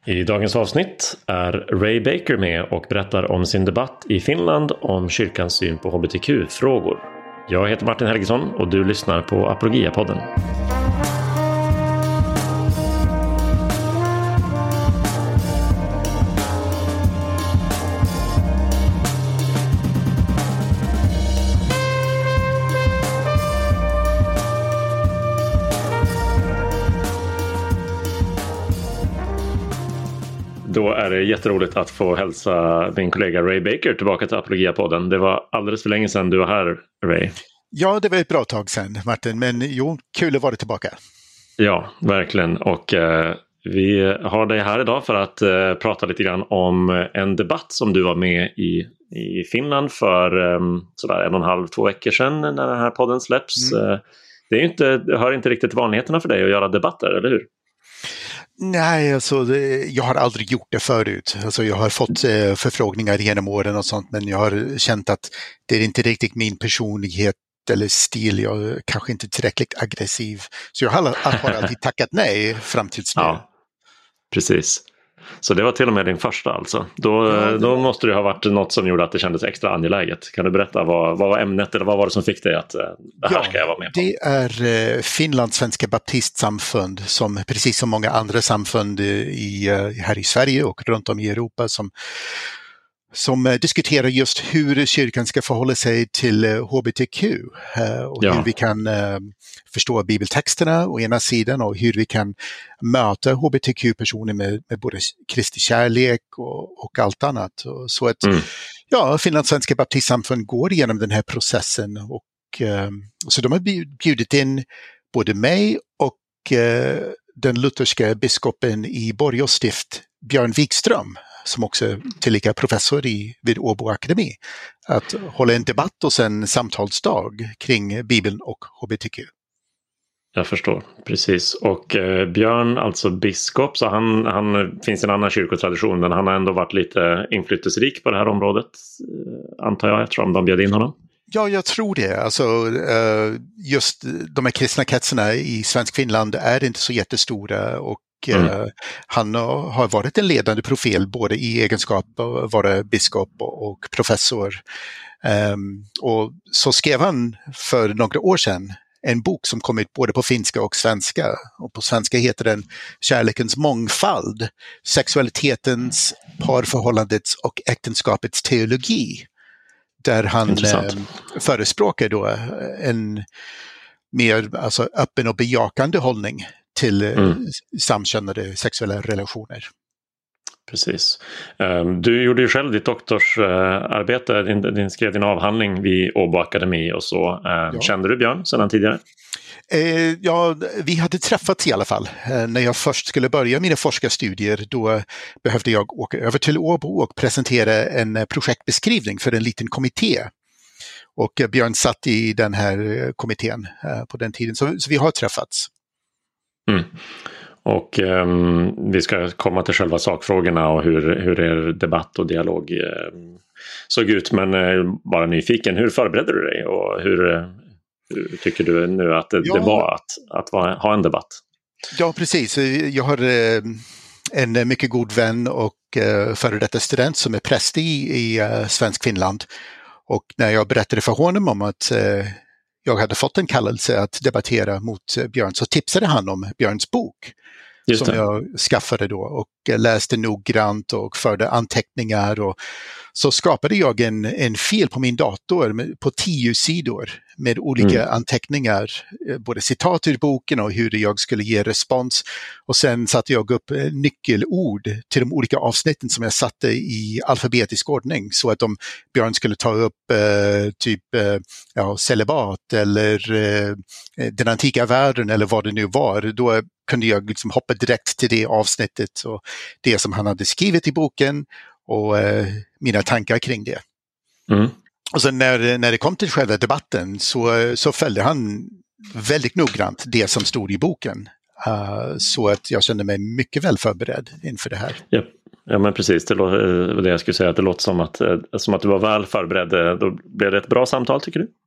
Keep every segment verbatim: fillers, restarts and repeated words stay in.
I dagens avsnitt är Ray Baker med och berättar om sin debatt i Finland om kyrkans syn på H B T Q-frågor. Jag heter Martin Helgesson och du lyssnar på Apologia-podden. Då är det jätteroligt att få hälsa min kollega Ray Baker tillbaka till Apologia-podden. Det var alldeles för länge sedan du var här, Ray. Ja, det var ett bra tag sedan, Martin. Men jo, kul att vara tillbaka. Ja, verkligen. Och eh, vi har dig här idag för att eh, prata lite grann om en debatt som du var med i, i Finland för eh, sådär en och en halv, två veckor sedan när den här podden släpps. Mm. Eh, det är ju inte, det hör inte riktigt till vanligheterna för dig att göra debatter, eller hur? Nej, alltså, det, jag har aldrig gjort det förut. Alltså, jag har fått eh, förfrågningar genom åren och sånt, men jag har känt att det är inte riktigt min personlighet eller stil. Jag är kanske inte tillräckligt aggressiv. Så jag har, har alltid tackat nej fram tills nu. Ja, precis. Så det var till och med din första alltså. Då, ja, då måste det ha varit något som gjorde att det kändes extra angeläget. Kan du berätta vad, vad var ämnet eller vad var det som fick dig att det här ja, ska jag vara med på? Det är eh, Finlands svenska baptistsamfund som precis som många andra samfund i, här i Sverige och runt om i Europa som som diskuterar just hur kyrkan ska förhålla sig till H B T Q och ja. hur vi kan förstå bibeltexterna å ena sidan och hur vi kan möta H B T Q-personer med, med både Kristi kärlek och, och allt annat. Så att mm. ja, Finlands svenska baptistsamfund går igenom den här processen och så de har bjudit in både mig och den lutherska biskopen i Borgå stift, Björn Wikström, som också tillika professor i, vid Åbo Akademi, att hålla en debatt och sen samtalsdag kring Bibeln och H B T Q. Jag förstår, precis. Och eh, Björn, alltså biskop, så han, han finns en annan kyrkotradition, men han har ändå varit lite inflytelserik på det här området, eh, antar jag, eftersom de bjöd in honom. Ja, jag tror det. Alltså, just de här kristna kretsarna i svensk Finland är inte så jättestora och Mm. han har varit en ledande profil både i egenskap av att vara biskop och professor. Um, och så skrev han för några år sedan en bok som kom ut både på finska och svenska. Och på svenska heter den Kärlekens mångfald, sexualitetens, parförhållandets och äktenskapets teologi. Där han eh, förespråkar då en mer alltså, öppen och bejakande hållning till mm. samkönade sexuella relationer. Precis. Du gjorde ju själv ditt doktorsarbete, din, din skrev din avhandling vid Åbo Akademi och så. Ja. Kände du Björn sedan tidigare? Eh, ja, vi hade träffats i alla fall. Eh, när jag först skulle börja mina forskarstudier då behövde jag åka över till Åbo och presentera en projektbeskrivning för en liten kommitté. Och Björn satt i den här kommittén eh, på den tiden, så, så vi har träffats. Mm. Och um, vi ska komma till själva sakfrågorna och hur, hur er debatt och dialog um, såg ut, men uh, bara nyfiken, hur förberedde du dig och hur, hur tycker du nu att det, ja. det var att, att vara, ha en debatt? Ja, precis. Jag har uh, en mycket god vän och uh, före detta student som är präst i, i uh, svensk Finland, och när jag berättade för honom om att uh, jag hade fått en kallelse att debattera mot Björn, så tipsade han om Björns bok som jag skaffade då och läste noggrant och förde anteckningar, och så skapade jag en, en fil på min dator med, på tio sidor med olika mm. anteckningar, både citat ur boken och hur jag skulle ge respons, och sen satte jag upp nyckelord till de olika avsnitten som jag satte i alfabetisk ordning, så att om Björn skulle ta upp eh, typ eh, ja, celibat eller eh, den antika världen eller vad det nu var, då kunde jag liksom hoppa direkt till det avsnittet och det som han hade skrivit i boken och eh, mina tankar kring det. Mm. Och sen när, när det kom till själva debatten så, så följde han väldigt noggrant det som stod i boken. Uh, så att jag kände mig mycket väl förberedd inför det här. Ja, ja men precis. Det låter, det jag skulle säga, att det låter som att, som att du var väl förberedd. Då blev det ett bra samtal, tycker du?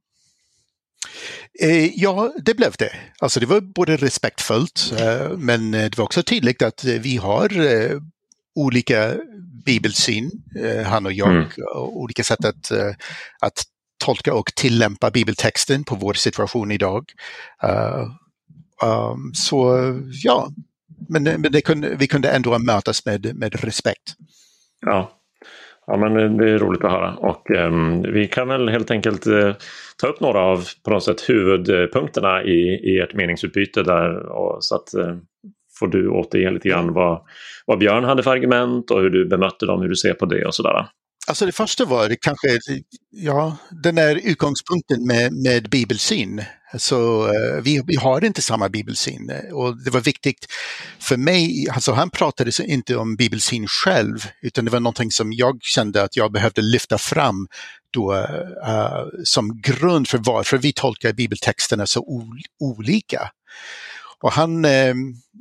Eh, ja, det blev det. Alltså det var både respektfullt, eh, men det var också tydligt att vi har eh, olika bibelsyn, han och jag, mm. och olika sätt att, att tolka och tillämpa bibeltexten på vår situation idag. Uh, um, så ja, men, men det kunde, vi kunde ändå mötas med, med respekt. Ja. Ja, men det är roligt att höra, och um, vi kan väl helt enkelt uh, ta upp några av på något sätt huvudpunkterna i, i ert meningsutbyte där, och så att uh, får du återge lite grann vad, vad Björn hade för argument och hur du bemötte dem, hur du ser på det och sådär. Alltså det första var det kanske, ja, den här utgångspunkten med, med bibelsyn. Så uh, vi, vi har inte samma bibelsyn, och det var viktigt för mig, alltså han pratade inte om bibelsyn själv, utan det var någonting som jag kände att jag behövde lyfta fram då, uh, som grund för varför vi tolkar bibeltexterna så ol- olika. Och han uh,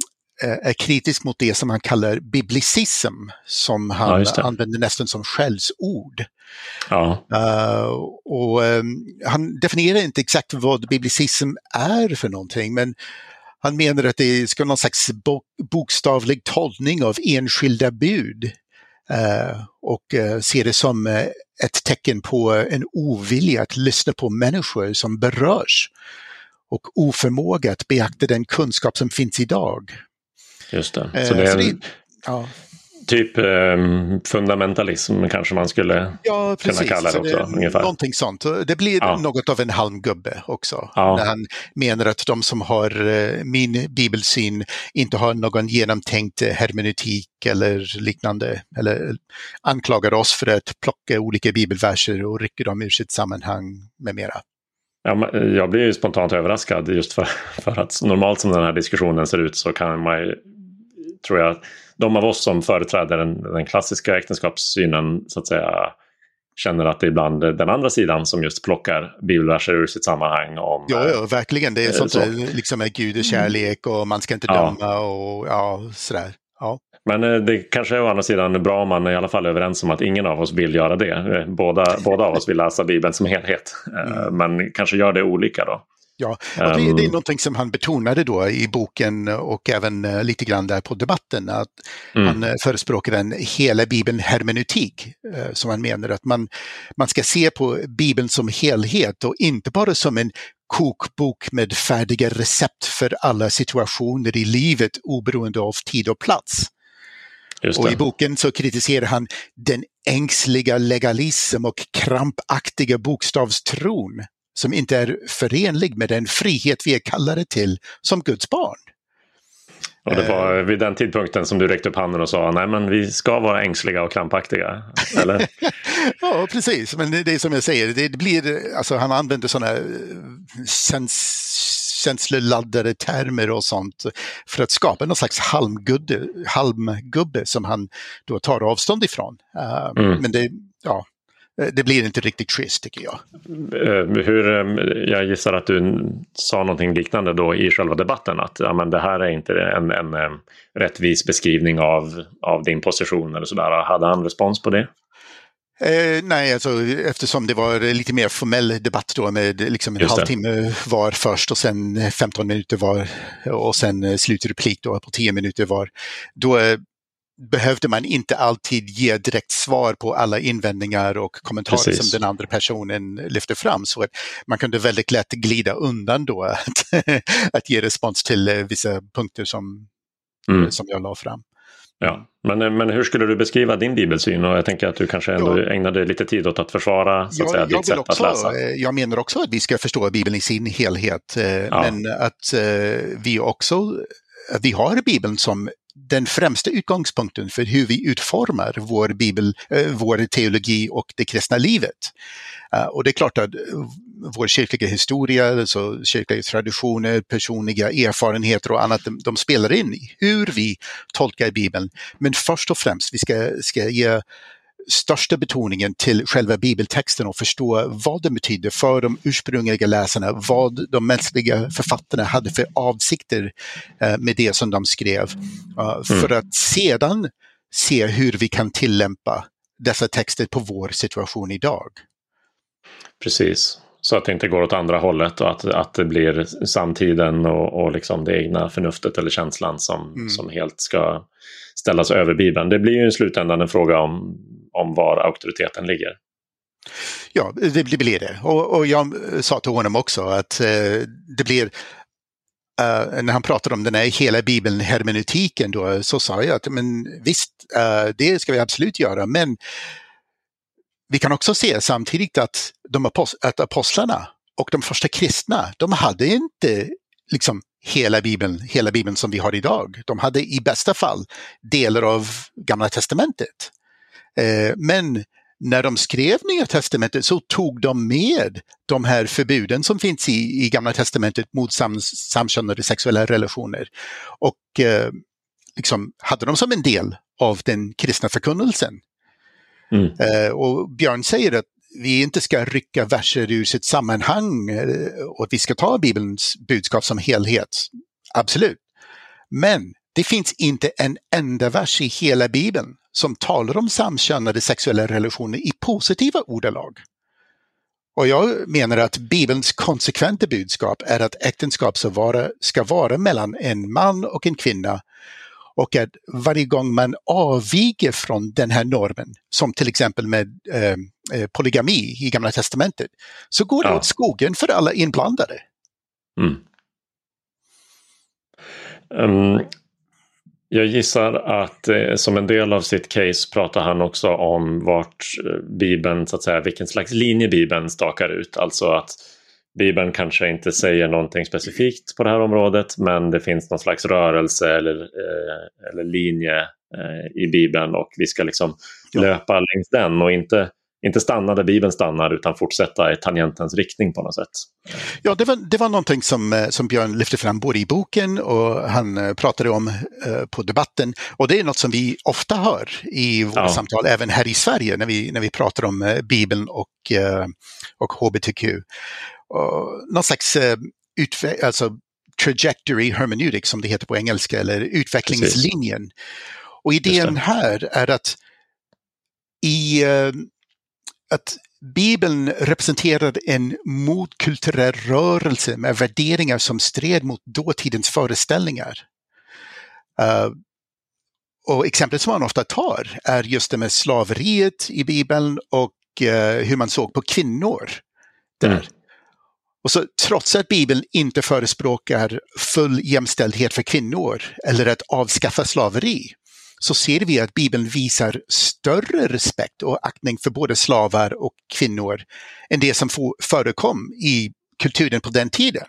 är kritisk mot det som han kallar biblicism, som han ja, använder nästan som skällsord. Ja. Uh, och um, han definierar inte exakt vad biblicism är för någonting, men han menar att det ska någon slags bo- bokstavlig tolkning av enskilda bud, uh, och uh, ser det som uh, ett tecken på en ovilja att lyssna på människor som berörs och oförmåga att beakta den kunskap som finns idag. Just det. Så det är så det, ja. typ eh, fundamentalism kanske man skulle ja, kunna kalla det också. Det, ungefär. Någonting sånt. Det blir ja. något av en halmgubbe också. Ja. När han menar att de som har eh, min bibelsyn inte har någon genomtänkt hermeneutik eller liknande. Eller anklagar oss för att plocka olika bibelverser och rycka dem ur sitt sammanhang med mera. Ja, jag blir ju spontant överraskad just för, för att normalt som den här diskussionen ser ut så kan man ju, tror jag, de av oss som företräder den, den klassiska äktenskapssynen så att säga känner att det är ibland den andra sidan som just plockar bibelverser ur sitt sammanhang. Om, ja, ja, verkligen. Det är sånt så. Liksom är Gud och kärlek och man ska inte döma ja. och ja, sådär. Ja. Men det kanske är å andra sidan bra om man är i alla fall överens om att ingen av oss vill göra det. Båda, båda av oss vill läsa Bibeln som helhet. Mm. Men kanske gör det olika då. Ja, och det, det är någonting som han betonade då i boken och även lite grann där på debatten. Att mm. han förespråkar en hela Bibeln hermeneutik, som han menar att man, man ska se på Bibeln som helhet och inte bara som en kokbok med färdiga recept för alla situationer i livet oberoende av tid och plats. Och i boken så kritiserar han den ängsliga legalism och krampaktiga bokstavstron som inte är förenlig med den frihet vi är kallade till som Guds barn. Och det var vid den tidpunkten som du räckte upp handen och sa nej men vi ska vara ängsliga och krampaktiga, eller? Ja, precis. Men det är som jag säger, det blir, alltså han använder sådana sens känsloladdade termer och sånt för att skapa någon slags halmgubbe, halmgubbe som han då tar avstånd ifrån. Uh, mm. Men det, ja, det blir inte riktigt schysst tycker jag. Hur, jag gissar att du sa någonting liknande då i själva debatten att ja, men det här är inte en, en, en rättvis beskrivning av, av din position eller sådär. Hade han respons på det? Eh, nej, alltså, eftersom det var lite mer formell debatt då med liksom en halvtimme var först och sen femton minuter var och sen slutreplik då på tio minuter var. Då eh, behövde man inte alltid ge direkt svar på alla invändningar och kommentarer Precis. som den andra personen lyfter fram. Så att man kunde väldigt lätt glida undan då att, att ge respons till vissa punkter som, mm. som jag la fram. Ja, men, men hur skulle du beskriva din bibelsyn? Och jag tänker att du kanske ändå ja. ägnade lite tid åt att försvara så att ja, säga, ditt sätt också, att läsa. Jag menar också att vi ska förstå Bibeln i sin helhet. Ja. Men att vi också vi har Bibeln som den främsta utgångspunkten för hur vi utformar vår bibel, vår teologi och det kristna livet. Och det är klart att vår kyrkliga historia, alltså kyrkliga traditioner, personliga erfarenheter och annat, de spelar in i hur vi tolkar Bibeln. Men först och främst, vi ska, ska ge största betoningen till själva bibeltexten och förstå vad det betyder för de ursprungliga läsarna, vad de mänskliga författarna hade för avsikter med det som de skrev. För att sedan se hur vi kan tillämpa dessa texter på vår situation idag. Precis. så att det inte går åt andra hållet och att, att det blir samtiden och, och liksom det egna förnuftet eller känslan som, mm. som helt ska ställas över Bibeln. Det blir ju i slutändan en fråga om, om var auktoriteten ligger. Ja, det blir det. Och, och jag sa till honom också att eh, det blir, eh, när han pratade om den här hela Bibeln, hermeneutiken då, så sa jag att men visst, eh, det ska vi absolut göra, men vi kan också se samtidigt att, de apost- att apostlarna och de första kristna, de hade inte liksom hela Bibeln, hela Bibeln som vi har idag. De hade i bästa fall delar av Gamla testamentet. Eh, men när de skrev Nya testamentet så tog de med de här förbuden som finns i, i Gamla testamentet mot sam, samkönade sexuella relationer och eh, liksom hade dem som en del av den kristna förkunnelsen. Mm. Eh, och Björn säger att vi inte ska rycka verser ur sitt sammanhang eh, och att vi ska ta Bibelns budskap som helhet. Absolut. Men det finns inte en enda vers i hela Bibeln som talar om samkönade sexuella relationer i positiva ordalag. Och jag menar att Bibelns konsekventa budskap är att äktenskap ska vara, ska vara mellan en man och en kvinna, och att varje gång man avviker från den här normen, som till exempel med eh, polygami i Gamla testamentet, så går det ja. åt skogen för alla inblandade. Mm. Um, jag gissar att eh, som en del av sitt case pratar han också om vart eh, Bibeln, så att säga, vilken slags linje Bibeln stakar ut. Alltså att Bibeln kanske inte säger någonting specifikt på det här området, men det finns någon slags rörelse eller, eh, eller linje eh, i Bibeln, och vi ska liksom ja. löpa längs den och inte, inte stanna där Bibeln stannar utan fortsätta i tangentens riktning på något sätt. Ja, det var, det var någonting som, som Björn lyfte fram både i boken och han pratade om eh, på debatten, och det är något som vi ofta hör i våra ja. samtal även här i Sverige när vi, när vi pratar om eh, Bibeln och, eh, och H B T Q. Och någon slags uh, utve- alltså trajectory hermeneutic som det heter på engelska, eller utvecklingslinjen. Precis. Och idén här är att i uh, att Bibeln representerar en motkulturell rörelse med värderingar som stred mot dåtidens föreställningar. Uh, och exemplet som man ofta tar är just det med slaveriet i Bibeln och uh, hur man såg på kvinnor där. Mm. Och så trots att Bibeln inte förespråkar full jämställdhet för kvinnor eller att avskaffa slaveri, så ser vi att Bibeln visar större respekt och aktning för både slavar och kvinnor än det som förekom i kulturen på den tiden.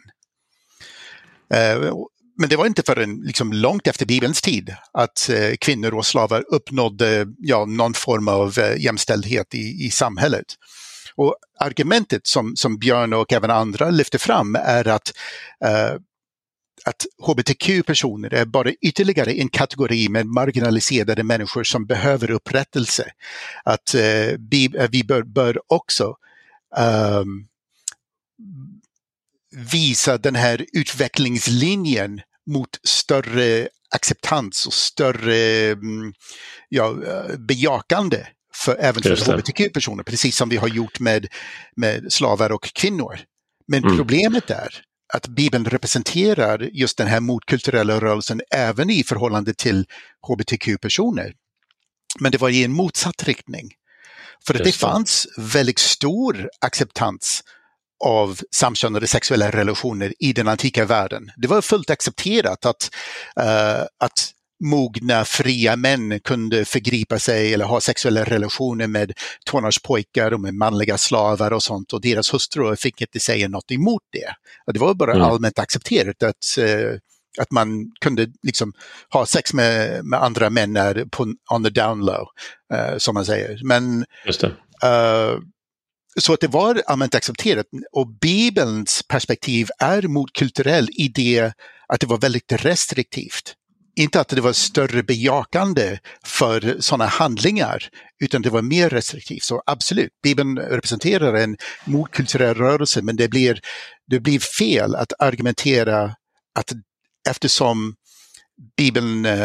Men det var inte förrän liksom långt efter Bibelns tid att kvinnor och slavar uppnådde ja, någon form av jämställdhet i, i samhället. Och argumentet som, som Björn och även andra lyfter fram är att, uh, att H B T Q-personer är bara ytterligare en kategori med marginaliserade människor som behöver upprättelse. Att uh, vi, vi bör, bör också um, visa den här utvecklingslinjen mot större acceptans och större um, ja, bejakande. För, även för H B T Q-personer, precis som vi har gjort med, med slavar och kvinnor. Men mm. problemet är att Bibeln representerar just den här motkulturella rörelsen även i förhållande till H B T Q-personer. Men det var i en motsatt riktning. För att det fanns väldigt stor acceptans av samkönade sexuella relationer i den antika världen. Det var fullt accepterat att, uh, att mogna, fria män kunde förgripa sig eller ha sexuella relationer med tonårspojkar och med manliga slavar och sånt, och deras hustrur fick inte säga något emot det. Och det var bara mm. allmänt accepterat att, uh, att man kunde liksom ha sex med, med andra män på, on the down low, uh, som man säger. Men Just det. Uh, så att det var allmänt accepterat, och Bibelns perspektiv är motkulturell i det att det var väldigt restriktivt. Inte att det var större bejakande för sådana handlingar, utan det var mer restriktivt. Så absolut, Bibeln representerar en motkulturell rörelse, men det blir, det blir fel att argumentera att eftersom Bibeln eh,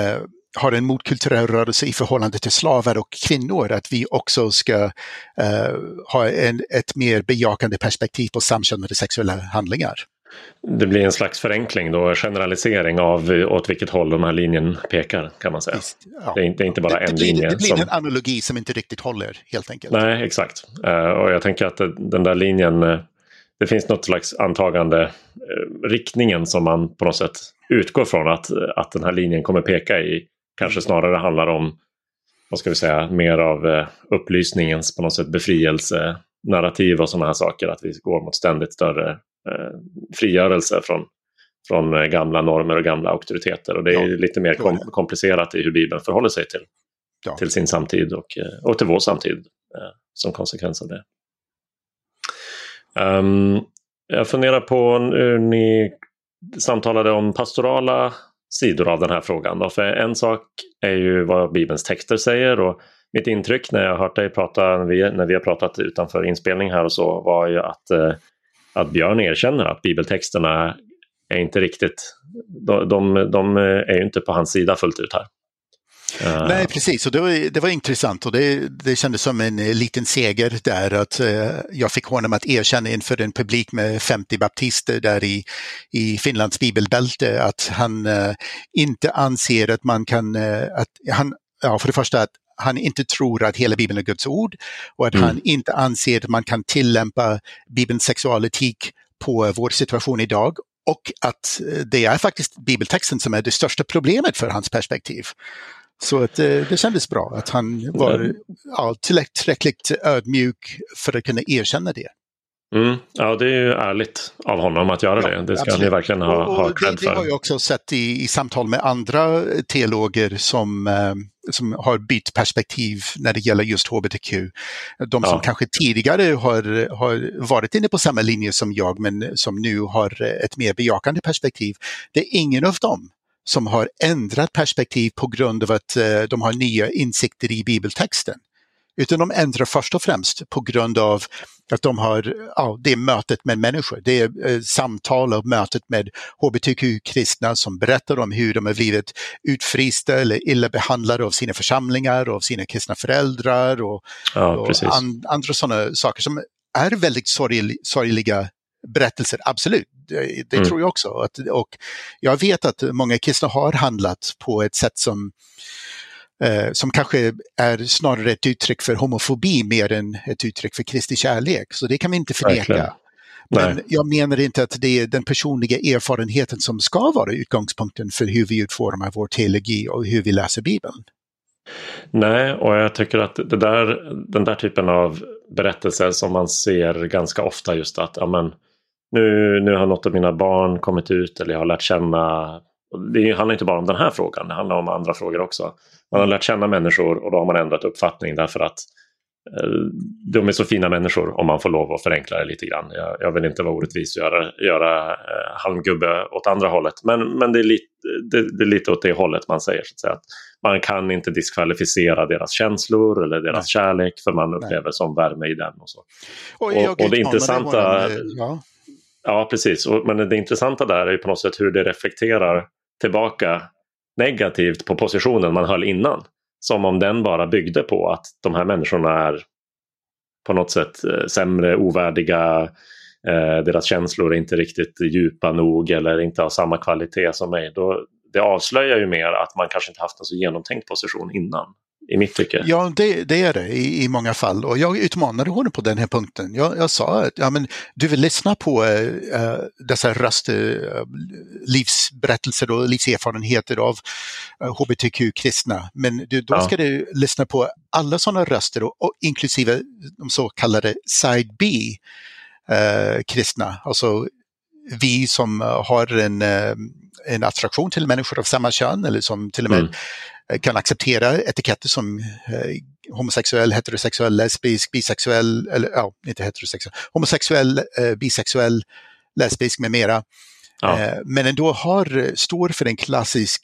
har en motkulturell rörelse i förhållande till slavar och kvinnor, att vi också ska uh, ha en, ett mer bejakande perspektiv på samkönade sexuella handlingar. Det blir en slags förenkling då, generalisering av åt vilket håll de här linjen pekar, kan man säga. Visst, ja. det, är, det är inte bara det, en det blir, linje. Det blir som... en analogi som inte riktigt håller, helt enkelt. Nej, exakt. Uh, och jag tänker att den där linjen, uh, det finns något slags antagande uh, riktningen som man på något sätt utgår från att, att den här linjen kommer peka i. Kanske snarare handlar om, vad ska vi säga, mer av uh, upplysningens på något sätt befrielse, narrativ och sådana här saker. Att vi går mot ständigt större uh, frigörelse från, från gamla normer och gamla auktoriteter. Och det är ja, lite mer kom- komplicerat i hur Bibeln förhåller sig till, ja. till sin samtid och, och till vår samtid uh, som konsekvens av det. Um, jag funderar på hur ni samtalade om pastorala sidor av den här frågan. Då. För en sak är ju vad Bibelns texter säger, och mitt intryck när jag har hört dig prata, när vi, när vi har pratat utanför inspelning här och så, var ju att, eh, att Björn erkänner att bibeltexterna är inte riktigt, de, de, de är ju inte på hans sida fullt ut här. Uh. Nej, precis. Och det var, det var intressant, och det, det kändes som en liten seger där att uh, jag fick honom att erkänna inför en publik med femtio baptister där i, i Finlands bibelbälte att han uh, inte anser att man kan, uh, att han, ja, för det första att han inte tror att hela Bibeln är Guds ord, och att mm. han inte anser att man kan tillämpa Bibelns sexualetik på vår situation idag, och att det är faktiskt bibeltexten som är det största problemet för hans perspektiv. Så att det, det kändes bra att han var ja, tillräckligt ödmjuk för att kunna erkänna det. Mm. Ja, det är ju ärligt av honom att göra ja, det. Det ska absolut. Han ju verkligen ha, och, och ha cred för. Det har jag också sett i, i samtal med andra teologer som, eh, som har bytt perspektiv när det gäller just H B T Q. De som ja. kanske tidigare har, har varit inne på samma linje som jag, men som nu har ett mer bejakande perspektiv. Det är ingen av dem som har ändrat perspektiv på grund av att eh, de har nya insikter i bibeltexten. Utan de ändrar först och främst på grund av att de har, ja, det är mötet med människor. Det är eh, samtal och mötet med H B T Q-kristna som berättar om hur de har blivit utfrysta eller illa behandlade av sina församlingar, av sina kristna föräldrar och, ja, och an, andra sådana saker som är väldigt sorg, sorgliga berättelser, absolut. Det, det mm. tror jag också. Att, och jag vet att många kristna har handlat på ett sätt som eh, som kanske är snarare ett uttryck för homofobi mer än ett uttryck för Kristi kärlek. Så det kan vi inte förneka. Men Nej. jag menar inte att det är den personliga erfarenheten som ska vara utgångspunkten för hur vi utformar vår teologi och hur vi läser Bibeln. Nej, och jag tycker att det där, den där typen av berättelser som man ser ganska ofta, just att ja, men, nu, nu har något av mina barn kommit ut eller jag har lärt känna, det handlar inte bara om den här frågan, det handlar om andra frågor också. Man har lärt känna människor och då har man ändrat uppfattning därför att eh, de är så fina människor, om man får lov att förenkla det lite grann. Jag, jag vill inte vara orättvis och göra, göra eh, halmgubbe åt andra hållet, men, men det, är lite, det, det är lite åt det hållet man säger, så att säga. Att man kan inte diskvalificera deras känslor eller deras Nej. kärlek, för man upplever Nej. som värme i den och så. Och, och, och det intressanta... Det ja. ja, precis. Och, men det intressanta där är ju på något sätt hur det reflekterar tillbaka negativt på positionen man höll innan. Som om den bara byggde på att de här människorna är på något sätt eh, sämre, ovärdiga, eh, deras känslor är inte riktigt djupa nog eller inte har samma kvalitet som mig. Då, det avslöjar ju mer att man kanske inte haft en så genomtänkt position innan, i mitt tycke. Ja, det, det är det i, i många fall. Och jag utmanade honom på den här punkten. Jag, jag sa att ja, men, du vill lyssna på äh, dessa röster, äh, livsberättelser och livserfarenheter av äh, H B T Q-kristna. Men du, då ska ja. du lyssna på alla sådana röster, och, och inklusive de så kallade side B-kristna. Äh, alltså vi som har en, en attraktion till människor av samma kön, eller som till och med mm. kan acceptera etiketter som eh, homosexuell, heterosexuell, lesbisk, bisexuell, eller ja, inte heterosexuell, homosexuell, eh, bisexuell, lesbisk med mera. Ja. Eh, men ändå har, står för en klassisk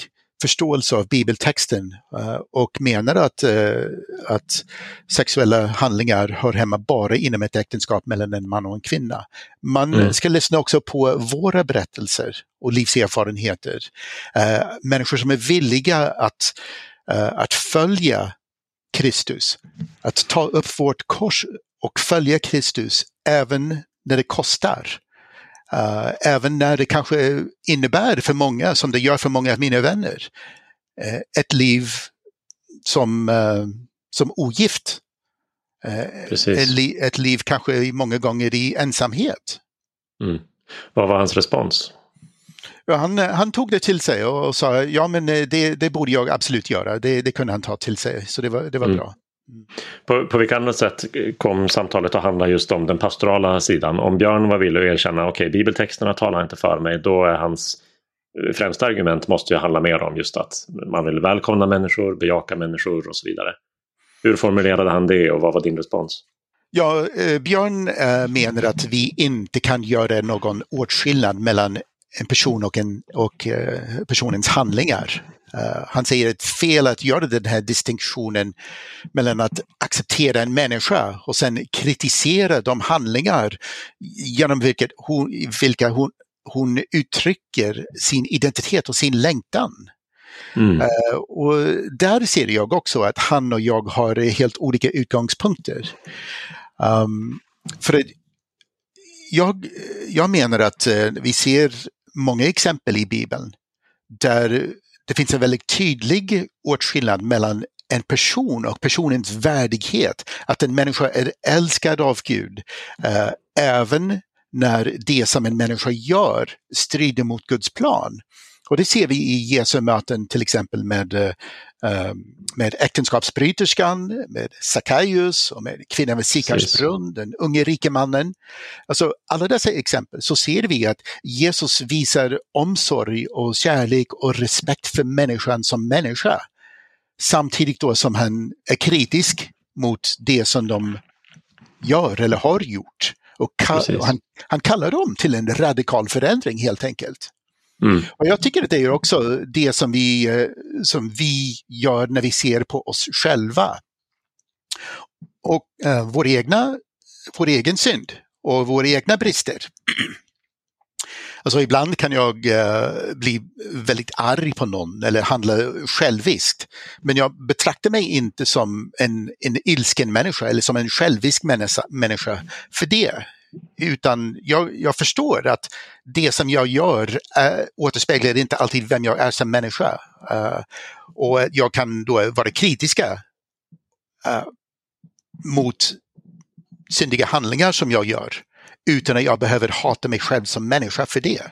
förståelse av bibeltexten uh, och menar att, uh, att sexuella handlingar hör hemma bara inom ett äktenskap mellan en man och en kvinna. Man mm. ska lyssna också på våra berättelser och livserfarenheter. Uh, människor som är villiga att, uh, att följa Kristus, att ta upp vårt kors och följa Kristus även när det kostar. Uh, även när det kanske innebär för många, som det gör för många av mina vänner, uh, ett liv som, uh, som ogift. Uh, ett, li- ett liv kanske många gånger i ensamhet. Mm. Vad var hans respons? Ja, han, han tog det till sig och, och sa, ja men det, det borde jag absolut göra. Det, det kunde han ta till sig, så det var, det var mm. bra. Mm. På, på vilka andra sätt kom samtalet att handla just om den pastorala sidan? Om Björn var villig att erkänna, okej, okay, bibeltexterna talar inte för mig, då är hans främsta argument måste ju handla mer om just att man vill välkomna människor, bejaka människor och så vidare. Hur formulerade han det och vad var din respons? Ja, eh, Björn eh, menar att vi inte kan göra någon åtskillnad mellan en person och, en, och eh, personens handlingar. Uh, han säger att det är fel att göra den här distinktionen mellan att acceptera en människa och sen kritisera de handlingar genom vilket hon, vilka hon, hon uttrycker sin identitet och sin längtan. Mm. Uh, och där ser jag också att han och jag har helt olika utgångspunkter. Um, för att jag, jag menar att uh, vi ser många exempel i Bibeln där det finns en väldigt tydlig åtskillnad mellan en person och personens värdighet. Att en människa är älskad av Gud eh, även när det som en människa gör strider mot Guds plan. Och det ser vi i Jesu möten till exempel med, eh, med äktenskapsbryterskan, med Zacchaeus och med kvinnan vid Sikars brunn, den unge rike mannen. Alltså alla dessa exempel så ser vi att Jesus visar omsorg och kärlek och respekt för människan som människa. Samtidigt då som han är kritisk mot det som de gör eller har gjort. Och, ka- och han, han kallar dem till en radikal förändring helt enkelt. Mm. Och jag tycker att det är också det som vi, som vi gör när vi ser på oss själva. Och uh, vår, egna, vår egen synd och våra egna brister. Alltså ibland kan jag uh, bli väldigt arg på någon eller handla själviskt. Men jag betraktar mig inte som en, en ilsken människa eller som en självisk människa, människa för det. Utan jag, jag förstår att det som jag gör äh, återspeglar inte alltid vem jag är som människa. Uh, och jag kan då vara kritiska uh, mot syndiga handlingar som jag gör utan att jag behöver hata mig själv som människa för det.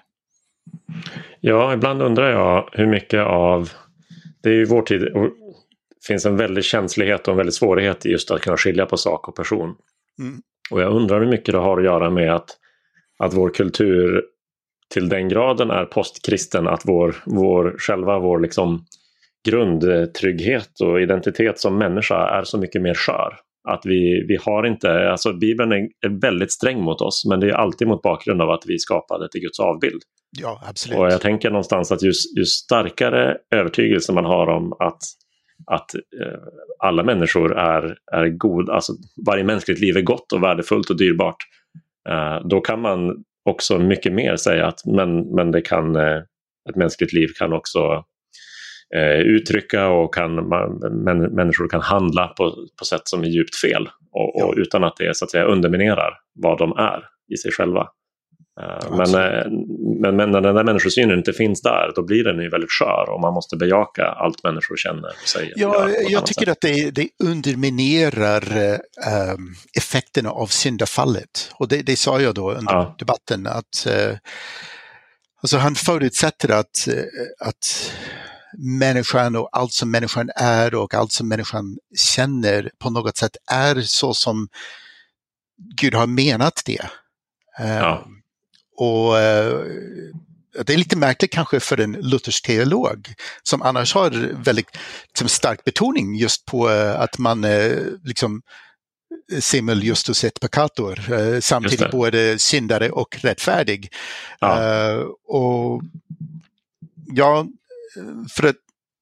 Ja, ibland undrar jag hur mycket av, det är ju vår tid, det finns en väldig känslighet och en väldig svårighet just att kunna skilja på sak och person. Mm. Och jag undrar hur mycket det har att göra med att, att vår kultur till den graden är postkristen, att vår, vår själva vår liksom grundtrygghet och identitet som människa är så mycket mer skör. Att vi, vi har inte, alltså Bibeln är, är väldigt sträng mot oss, men det är alltid mot bakgrund av att vi skapade till Guds avbild. Ja, absolut. Och jag tänker någonstans att ju, ju starkare övertygelse man har om att att eh, alla människor är, är god, alltså varje mänskligt liv är gott och värdefullt och dyrbart, eh, då kan man också mycket mer säga att men, men det kan, eh, ett mänskligt liv kan också eh, uttrycka och kan, man, män, människor kan handla på, på sätt som är djupt fel och, och utan att det så att säga underminerar vad de är i sig själva. Uh, men, men, men när den där människosynen inte finns där, då blir den ju väldigt skör och man måste bejaka allt människor känner och säger. Ja, jag tycker sätt. att det, det underminerar uh, effekterna av syndafallet. Och det, det sa jag då under ja. debatten att uh, alltså han förutsätter att, uh, att människan och allt som människan är och allt som människan känner på något sätt är så som Gud har menat det. Uh, ja. Och eh, det är lite märkligt kanske för en luthersk teolog som annars har väldigt liksom, stark betoning just på eh, att man eh, liksom simul justus et peccator, eh, samtidigt både syndare och rättfärdig. Ja. Eh, och ja, för att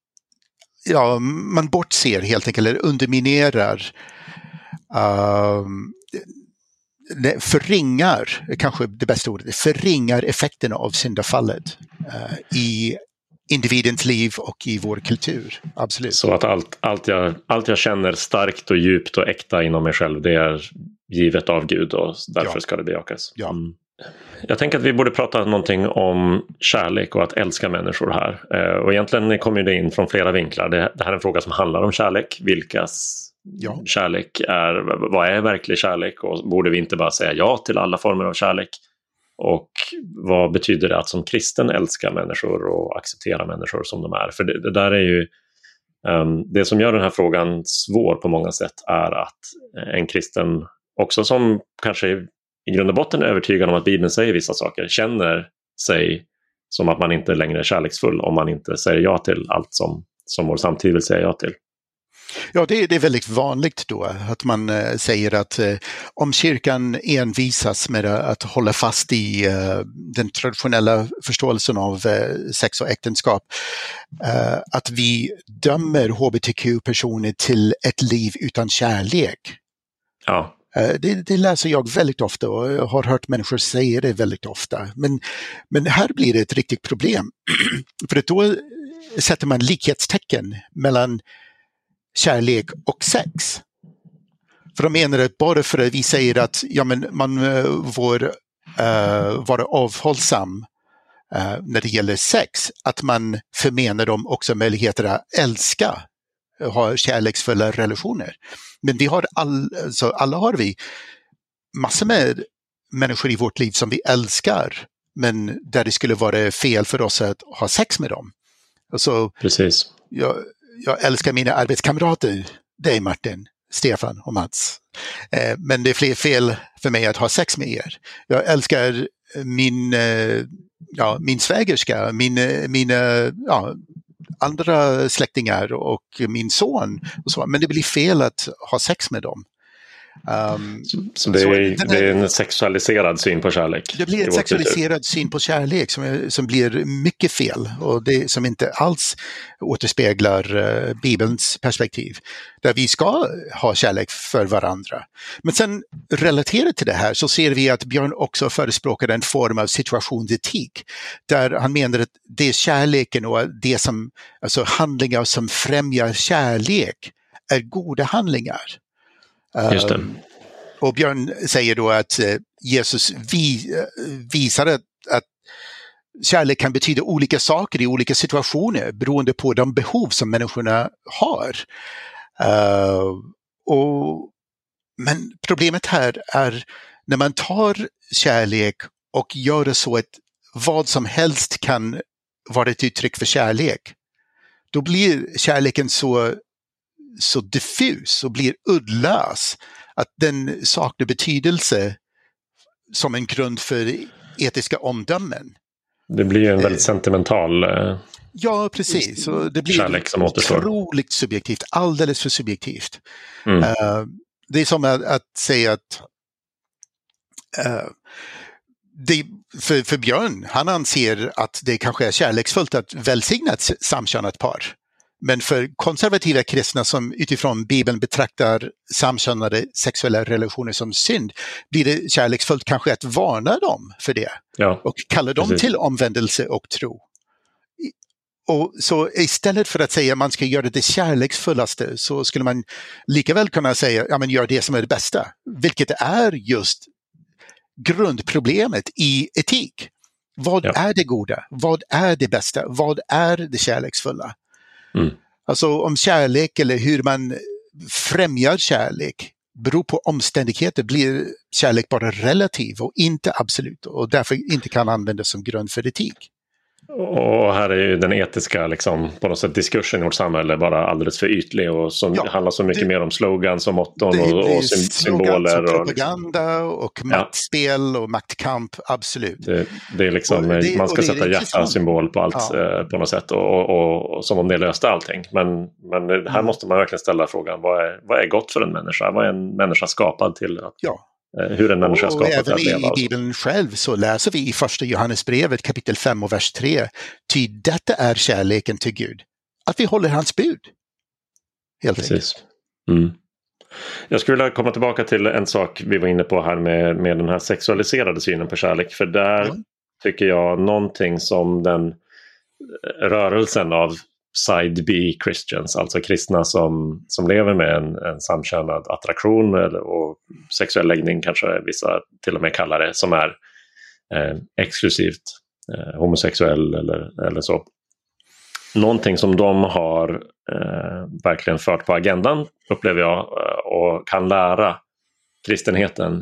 ja, man bortser helt enkelt, eller underminerar, uh, förringar, kanske det bästa ordet, förringar effekterna av syndafallet uh, i individens liv och i vår kultur. Absolut. Så att allt, allt, jag, allt jag känner starkt och djupt och äkta inom mig själv, det är givet av Gud och därför ja. ska det bejakas. Ja. Mm. Jag tänker att vi borde prata någonting om kärlek och att älska människor här. Eh, och egentligen kommer det in från flera vinklar. Det, det här är en fråga som handlar om kärlek. Vilkas ja. kärlek är, vad är verklig kärlek? Och borde vi inte bara säga ja till alla former av kärlek? Och vad betyder det att som kristen älska människor och acceptera människor som de är? För det, det där är ju um, det som gör den här frågan svår på många sätt är att en kristen också som kanske i grund och botten är övertygad om att Bibeln säger vissa saker känner sig som att man inte längre är kärleksfull om man inte säger ja till allt som, som vår samtid vill säga ja till. Ja, det är, det är väldigt vanligt då att man eh, säger att eh, om kyrkan envisas med att hålla fast i eh, den traditionella förståelsen av eh, sex och äktenskap, eh, att vi dömer hbtq-personer till ett liv utan kärlek. Ja. Eh, det, det läser jag väldigt ofta och jag har hört människor säga det väldigt ofta. Men, men här blir det ett riktigt problem. För då sätter man likhetstecken mellan kärlek och sex. För de menar att bara för att vi säger att ja, men man får uh, vara avhållsam uh, när det gäller sex, att man förmenar dem också möjligheter att älska, ha kärleksfulla relationer. Men vi har all, så alla har vi massor med människor i vårt liv som vi älskar, men där det skulle vara fel för oss att ha sex med dem. Alltså, precis. Jag, Jag älskar mina arbetskamrater, dig Martin, Stefan och Mats. Eh, men det är fler fel för mig att ha sex med er. Jag älskar min, eh, ja, min svägerska, min, mina ja, andra släktingar och min son. Och så. Men det blir fel att ha sex med dem. Um, så, så, det, är, så det är en sexualiserad syn på kärlek? Det blir en sexualiserad syn på kärlek som, är, som blir mycket fel och det som inte alls återspeglar uh, Bibelns perspektiv. Där vi ska ha kärlek för varandra. Men sen relaterat till det här så ser vi att Björn också förespråkar en form av situationsetik. Där han menar att det är kärleken och det som, alltså handlingar som främjar kärlek är goda handlingar. Just det. Um, och Björn säger då att uh, Jesus vi, uh, visar att, att kärlek kan betyda olika saker i olika situationer beroende på de behov som människorna har. Uh, och, men problemet här är när man tar kärlek och gör det så att vad som helst kan vara ett uttryck för kärlek. Då blir kärleken så så diffus och blir uddlös att den saknar betydelse som en grund för etiska omdömen. Det blir en väldigt sentimental eh, ja, precis. Så det blir kärlek som återstår. Otroligt subjektivt, alldeles för subjektivt. Mm. Uh, det är som att, att säga att uh, det, för, för Björn, han anser att det kanske är kärleksfullt att välsigna ett samkönat par. Men för konservativa kristna som utifrån Bibeln betraktar samkönade sexuella relationer som synd blir det kärleksfullt kanske att varna dem för det ja, och kalla dem precis. till omvändelse och tro. Och så istället för att säga att man ska göra det kärleksfullaste så skulle man lika väl kunna säga ja, men gör det som är det bästa, vilket är just grundproblemet i etik. Vad ja. är det goda? Vad är det bästa? Vad är det kärleksfulla? Mm. Alltså om kärlek eller hur man främjar kärlek beror på omständigheter blir kärlek bara relativ och inte absolut och därför inte kan användas som grund för etik. Och här är ju den etiska liksom, på något sätt diskursen i vårt samhälle bara alldeles för ytlig och som ja, handlar så mycket det, mer om slogans och motton det, och, och symboler. Och propaganda och maktspel ja. och maktkamp, absolut. Det, det är liksom, det, man ska sätta hjärta-symbol på allt ja. eh, på något sätt och, och, och, och som om det löste allting. Men, men här mm. måste man verkligen ställa frågan, vad är, vad är gott för en människa? Vad är en människa skapad till? Att, ja. Hur en människa och skapad även att leva. I Bibeln själv så läser vi i första Johannesbrevet kapitel fem och vers tre. Ty detta är kärleken till Gud. att vi håller hans bud. Helt Precis. Mm. Jag skulle vilja komma tillbaka till en sak vi var inne på här med, med den här sexualiserade synen på kärlek. För där mm. tycker jag någonting som den rörelsen av side B Christians, alltså kristna som, som lever med en, en samkönad attraktion eller, och sexuell läggning kanske vissa till och med kallar det, som är eh, exklusivt eh, homosexuell eller, eller så. Någonting som de har eh, verkligen fört på agendan, upplever jag, och kan lära kristenheten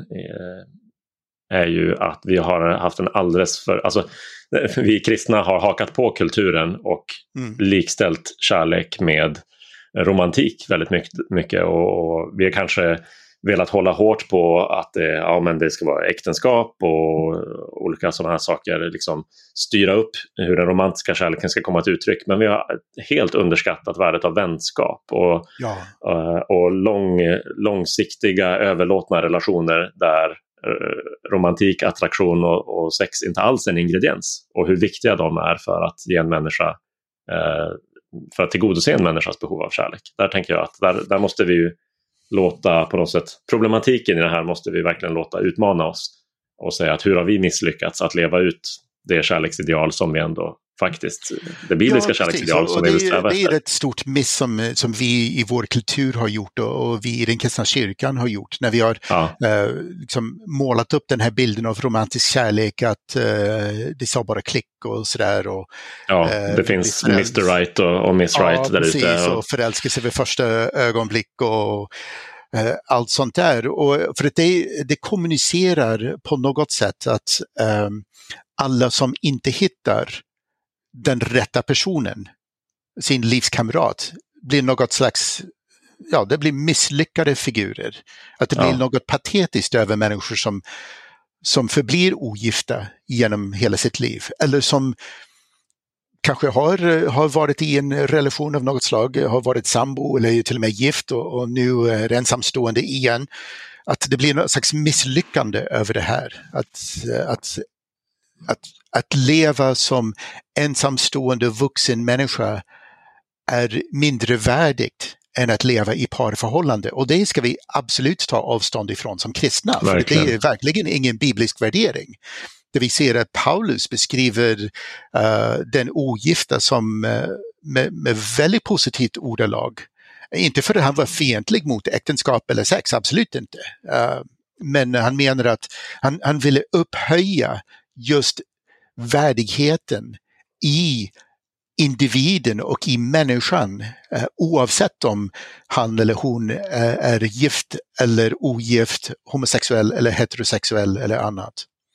eh, är ju att vi har haft en alldeles för... Alltså, vi kristna har hakat på kulturen och mm. likställt kärlek med romantik väldigt mycket. mycket och, och vi har kanske velat hålla hårt på att det, ja, men det ska vara äktenskap och olika sådana här saker, liksom styra upp hur den romantiska kärleken ska komma till uttryck. Men vi har helt underskattat värdet av vänskap och, ja. och lång, långsiktiga överlåtna relationer där romantik, attraktion och, och sex inte alls är en ingrediens, och hur viktiga de är för att ge en människa eh, för att tillgodose en människas behov av kärlek. Där tänker jag att där, där måste vi ju låta på något sätt, problematiken i det här måste vi verkligen låta utmana oss och säga att hur har vi misslyckats att leva ut det kärleksideal som vi ändå faktiskt, det bibliska ja, kärleksideal som vi vill sträva efter. Det är ett stort miss som, som vi i vår kultur har gjort och, och vi i den kristna kyrkan har gjort när vi har ja. eh, liksom målat upp den här bilden av romantisk kärlek, att eh, det sa bara klick och sådär. Och, ja, det eh, finns mister Right och, och Miss ja, Right där precis, ute. Och, och förälskelse vid första ögonblick och eh, allt sånt där. Och för att det, det kommunicerar på något sätt att eh, alla som inte hittar den rätta personen, sin livskamrat, blir något slags, ja, det blir misslyckade figurer. Att det blir ja. något patetiskt över människor som, som förblir ogifta genom hela sitt liv. Eller som kanske har, har varit i en relation av något slag, har varit sambo eller till och med gift och, och nu är ensamstående igen. Att det blir något slags misslyckande över det här. Att, att Att, att leva som ensamstående vuxen människa är mindre värdigt än att leva i parförhållande. Och det ska vi absolut ta avstånd ifrån som kristna. Verkligen. För det är verkligen ingen biblisk värdering. Där vi ser att Paulus beskriver uh, den ogifta som uh, med, med väldigt positivt ordalag. Inte för att han var fientlig mot äktenskap eller sex, absolut inte. Uh, men han menar att han, han ville upphöja just värdigheten i individen och i människan, eh, oavsett om han eller hon eh, är gift eller ogift, homosexuell eller heterosexuell eller annat.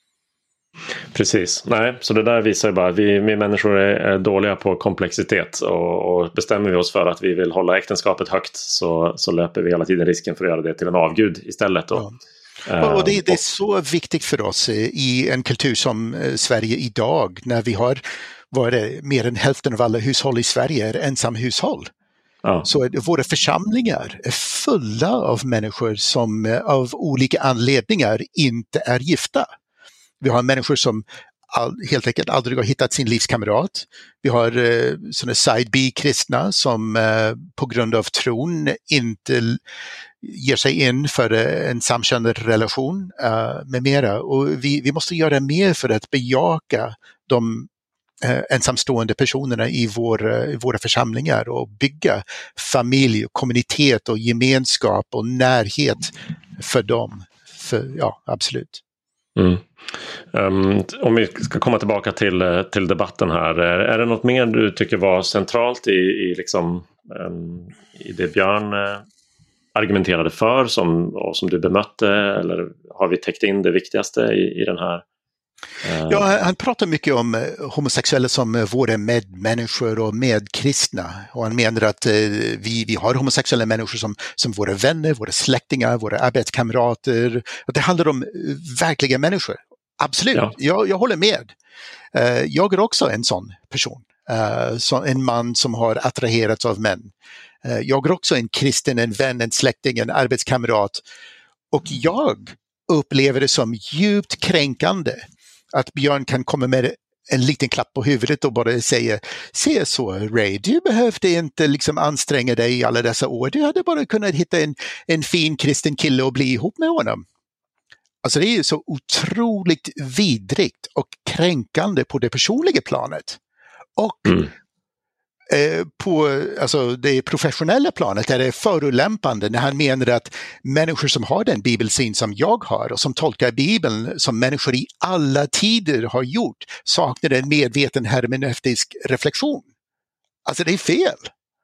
Precis, nej, så det där visar ju bara att vi, vi människor är dåliga på komplexitet och, och bestämmer vi oss för att vi vill hålla äktenskapet högt så, så löper vi hela tiden risken för att göra det till en avgud istället. Och, ja. Och det, det är så viktigt för oss i en kultur som Sverige idag, när vi har vad är det, mer än hälften av alla hushåll i Sverige är ensamhushåll. Ja. Så är det, våra församlingar är fulla av människor som av olika anledningar inte är gifta. Vi har människor som all, helt enkelt aldrig har hittat sin livskamrat. Vi har eh, sådana side B-kristna som eh, på grund av tron inte ger sig in för en samkönad relation uh, med mera. Och vi, vi måste göra mer för att bejaka de uh, ensamstående personerna i, vår, uh, i våra församlingar och bygga familj, kommunitet och gemenskap och närhet för dem. För, ja, absolut. Mm. Um, om vi ska komma tillbaka till, till debatten här, är, är det något mer du tycker var centralt i, i, liksom, um, i det Björn uh, argumenterade för som, och som du bemötte, eller har vi täckt in det viktigaste i, i den här? Uh... Ja, han pratar mycket om homosexuella som våra medmänniskor och medkristna, och han menar att eh, vi, vi har homosexuella människor som, som våra vänner, våra släktingar, våra arbetskamrater. Att det handlar om verkliga människor. Absolut, ja. jag, jag håller med. Uh, jag är också en sån person, uh, så en man som har attraherats av män. Jag är också en kristen, en vän, en släkting, en arbetskamrat. Och jag upplever det som djupt kränkande att Björn kan komma med en liten klapp på huvudet och bara säger, se så Ray, du behövde inte liksom anstränga dig i alla dessa år, du hade bara kunnat hitta en, en fin kristen kille och bli ihop med honom. Alltså det är ju så otroligt vidrigt och kränkande på det personliga planet. Och mm. eh, på alltså det professionella planet är det förolämpande när han menar att människor som har den bibelsyn som jag har och som tolkar Bibeln som människor i alla tider har gjort saknar en medveten hermeneutisk reflektion. Alltså det är fel.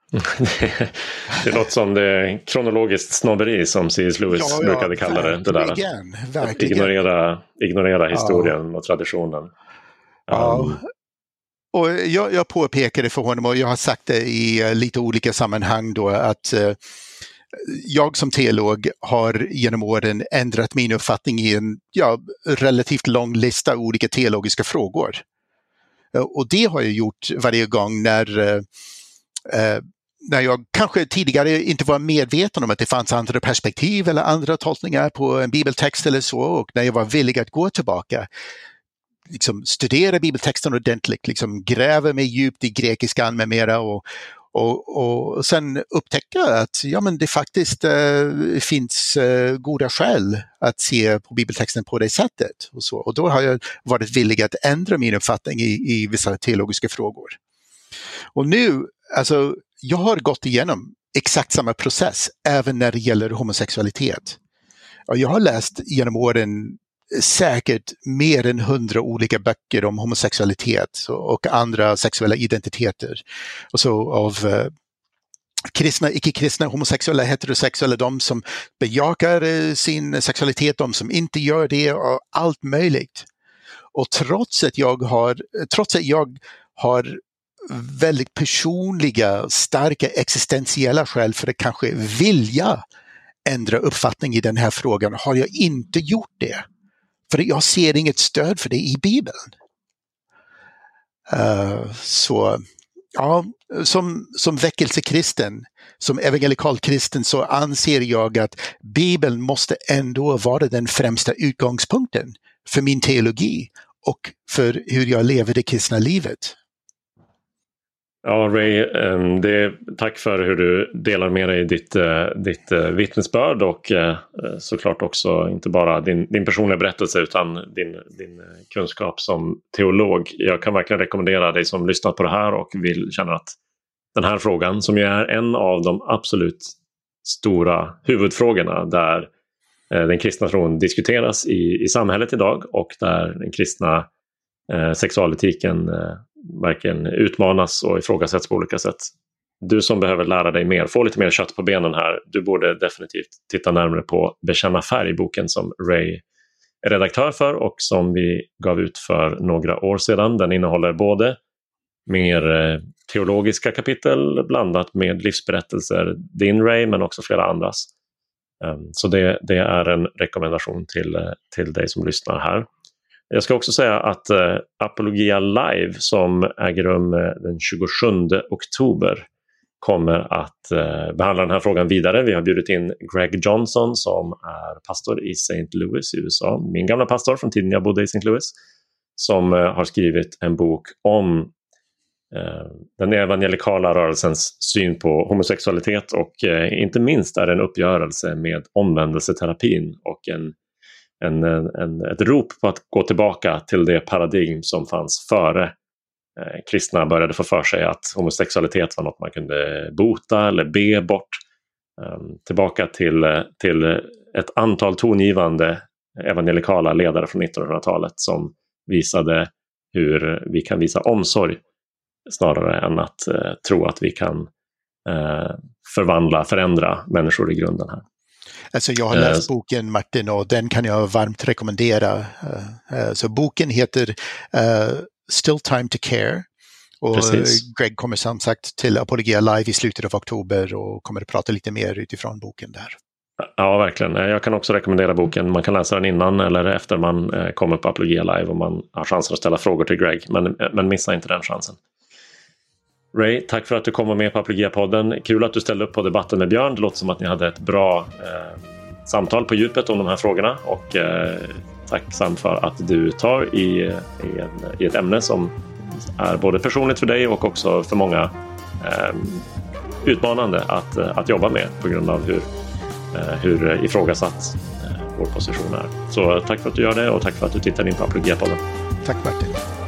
Det låter som det kronologiskt snobberi som C S Lewis ja, ja, brukade kalla det. det där. Att ignorera, ignorera historien ja. och traditionen. Ja. Um, och jag, jag påpekade för honom och jag har sagt det i uh, lite olika sammanhang då att uh, jag som teolog har genom åren ändrat min uppfattning i en ja, relativt lång lista olika teologiska frågor. Uh, och det har jag gjort varje gång när uh, uh, när jag kanske tidigare inte var medveten om att det fanns andra perspektiv eller andra tolkningar på en bibeltext eller så, och när jag var villig att gå tillbaka, liksom studera bibeltexten ordentligt, liksom gräva mig djupt i grekiskan med mera och, och, och sen upptäcka att ja, men det faktiskt äh, finns äh, goda skäl att se på bibeltexten på det sättet. Och, så. Och då har jag varit villig att ändra min uppfattning i, i vissa teologiska frågor. Och nu, alltså jag har gått igenom exakt samma process även när det gäller homosexualitet. Och jag har läst genom åren säkert mer än hundra olika böcker om homosexualitet och andra sexuella identiteter. Och så av eh, kristna, icke-kristna, homosexuella, heterosexuella, de som bejakar eh, sin sexualitet, de som inte gör det och allt möjligt. Och trots att jag har, trots att jag har väldigt personliga, starka existentiella skäl för att kanske vilja ändra uppfattning i den här frågan, har jag inte gjort det. För jag ser inget stöd för det i Bibeln. Uh, så ja, som, som väckelsekristen, som evangelikalkristen så anser jag att Bibeln måste ändå vara den främsta utgångspunkten för min teologi och för hur jag lever det kristna livet. Ja, Ray, det, tack för hur du delar med dig ditt, ditt vittnesbörd och såklart också inte bara din, din personliga berättelse utan din, din kunskap som teolog. Jag kan verkligen rekommendera dig som lyssnat på det här och vill känna att den här frågan, som ju är en av de absolut stora huvudfrågorna där den kristna tron diskuteras i, i samhället idag och där den kristna eh, sexualetiken eh, verkligen utmanas och ifrågasätts på olika sätt. Du som behöver lära dig mer, få lite mer kött på benen här, du borde definitivt titta närmare på Bekänna färg, boken som Ray är redaktör för och som vi gav ut för några år sedan. Den innehåller både mer teologiska kapitel blandat med livsberättelser, din Ray, men också flera andras. Så det, det är en rekommendation till, till dig som lyssnar här. Jag ska också säga att uh, Apologia Live som äger rum den tjugosjunde oktober kommer att uh, behandla den här frågan vidare. Vi har bjudit in Greg Johnson som är pastor i Saint Louis i U S A. Min gamla pastor från tiden jag bodde i Saint Louis. Som uh, har skrivit en bok om uh, den evangelikala rörelsens syn på homosexualitet. Och uh, inte minst är det en uppgörelse med omvändelseterapin och en En, en, ett rop på att gå tillbaka till det paradigm som fanns före eh, kristna började få för sig att homosexualitet var något man kunde bota eller be bort. Um, tillbaka till, till ett antal tongivande evangelikala ledare från nittonhundratalet som visade hur vi kan visa omsorg snarare än att eh, tro att vi kan eh, förvandla, förändra människor i grunden här. Alltså jag har läst uh, boken, Martin, och den kan jag varmt rekommendera. Uh, uh, så boken heter uh, Still Time to Care. Och precis. Greg kommer som sagt till Apologia Live i slutet av oktober och kommer att prata lite mer utifrån boken där. Ja, verkligen. Jag kan också rekommendera boken. Man kan läsa den innan eller efter man kommer på Apologia Live och man har chansen att ställa frågor till Greg. Men, men missa inte den chansen. Ray, tack för att du kom med på Apologia-podden. Kul att du ställde upp på debatten med Björn. Det låter som att ni hade ett bra eh, samtal på djupet om de här frågorna. Och eh, tacksam för att du tar i, i, en, i ett ämne som är både personligt för dig och också för många eh, utmanande att, att jobba med på grund av hur, eh, hur ifrågasatt eh, vår position är. Så tack för att du gör det och tack för att du tittar in på Apologia-podden. Tack Martin.